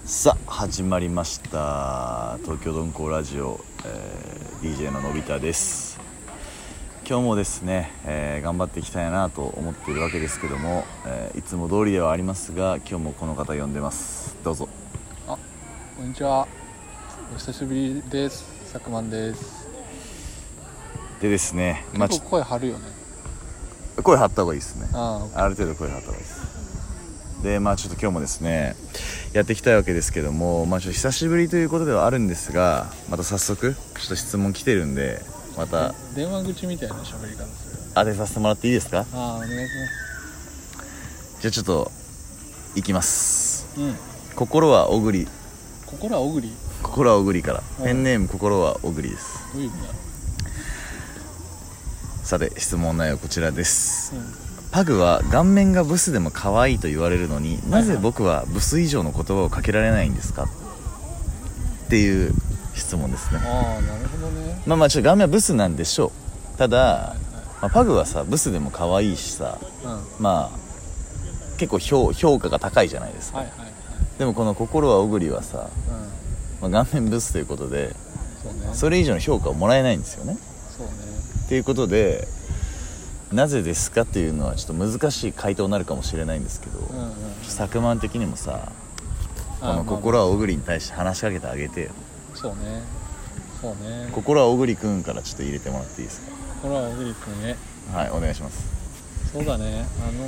さあ始まりました東京鈍行ラジオ、DJ ののび太です。今日もですね、頑張っていきたいなと思っているわけですけども、いつも通りではありますが今日もこの方呼んでます。どうぞ。 こんにちは、お久しぶりです。さくまんです。 でですね、 結構声張るよね。 声張った方がいいですね。 ある程度声張った方がいいです。でちょっと今日もですねやっていきたいわけですけども、ちょっと久しぶりということではあるんですが、また早速ちょっと質問来てるんで、また電話口みたいな喋り方する。 当てさせてもらっていいですか？ お願いします。 じゃあちょっといきます。 うん。 心は小栗。 心は小栗。 心は小栗から、ペンネーム心は小栗です。 どういう意味だ。 さて質問内容こちらです。パグは顔面がブスでも可愛いと言われるのに、なぜ僕はブス以上の言葉をかけられないんですかっていう質問ですね。 なるほどね。 ちょっと顔面はブスなんでしょう。ただ、パグはさブスでも可愛いしさ、結構評価が高いじゃないですか。でもこの心は小栗はさ、顔面ブスということで それ以上の評価をもらえないんですよね。 そうね。 っていうことでなぜですかっていうのはちょっと難しい回答になるかもしれないんですけど、作間的にもさこの心は小栗に対して話しかけてあげてよ。 そうね。 心は小栗くんからちょっと入れてもらっていいですか？ 心は小栗くんね。 はい、お願いします。 そうだね。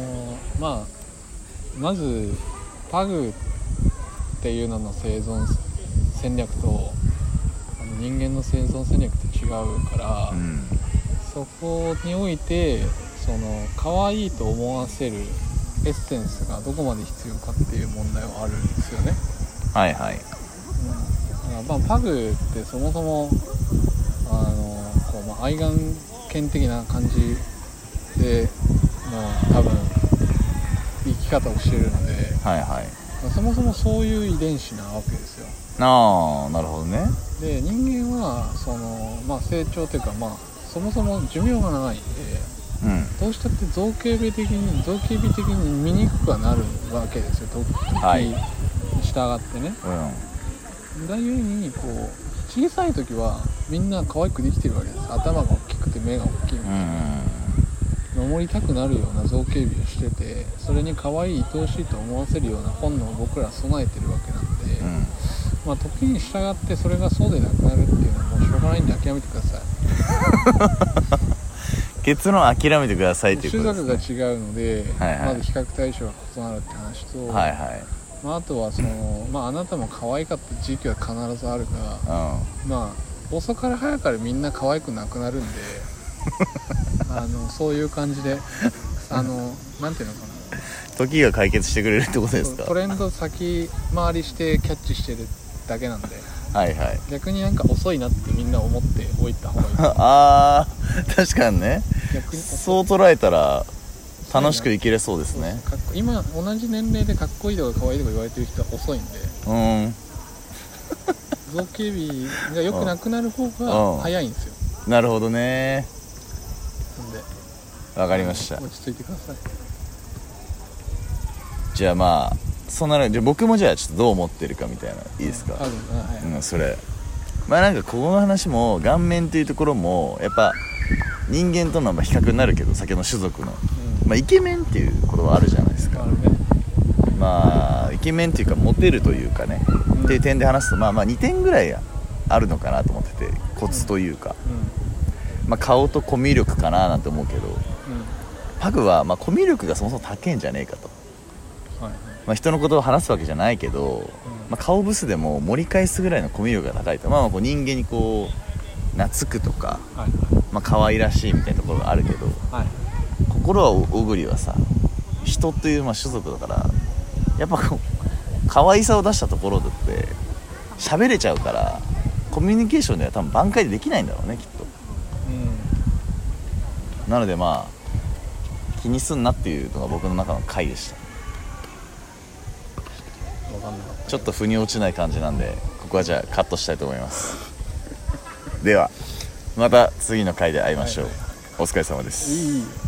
まずパグっていうのの生存戦略と人間の生存戦略って違うから、そこにおいてその可愛いと思わせるエッセンスがどこまで必要かっていう問題はあるんですよね。 はいはい。 パグってそもそも愛玩犬的な感じで多分生き方をしているので、そもそもそういう遺伝子なわけですよ。 なるほどね。 で人間は成長というかそもそも寿命が長いんで、どうしたって造形美的に醜くはなるわけですよ。時に従ってね。だゆえに小さい時はみんな可愛くできてるわけです。頭が大きくて目が大きいみたいな、守りたくなるような造形美をしてて、それに可愛い愛おしいと思わせるような本能を僕らは備えてるわけなんで、時に従ってそれがそうでなくなるっていうのはもうしょうがないんで諦めてください。 結論諦めてくださいっていうことですね。 種族が違うので、まず比較対象が異なるって話と、あとはあなたも可愛かった時期は必ずあるが、遅かれ早かれみんな可愛くなくなるんでそういう感じでなんていうのかな、 時が解決してくれるってことですか？ トレンド先回りしてキャッチしてるだけなんで、逆に遅いなってみんな思っておいた方がいい。 確かにね。逆にそう捉えたら楽しく生きれそうですね。 今同じ年齢でかっこいいとか可愛いとか言われてる人は遅いんで、造形美が良くなくなる方が早いんですよ。 なるほどね。 なんでわかりました。 落ち着いてください。 じゃあそんなのじゃあ僕もじゃあちょっとどう思ってるかみたいな、いいですか？それこの話も顔面っていうところもやっぱ人間との比較になるけど、先ほどの種族の、イケメンっていう言葉あるじゃないですか。イケメンっていうかモテるというかね、っていう点で話すと2点ぐらいあるのかなと思ってて、コツというか、顔とコミュ力かななんて思うけど、パグはコミュ力がそもそも高いんじゃねえかと。人のことを話すわけじゃないけど、顔ブスでも盛り返すぐらいのコミュ力が高いと、人間に懐くとか、可愛らしいみたいなところがあるけど、心は小栗はさ人という種族だから、やっぱ可愛さを出したところだって喋れちゃうから、コミュニケーションでは多分挽回できないんだろうね、きっと。なので気にすんなっていうのが僕の中の回でした。ちょっと腑に落ちない感じなんで、ここはじゃあカットしたいと思います。ではまた次の回で会いましょう。お疲れ様です。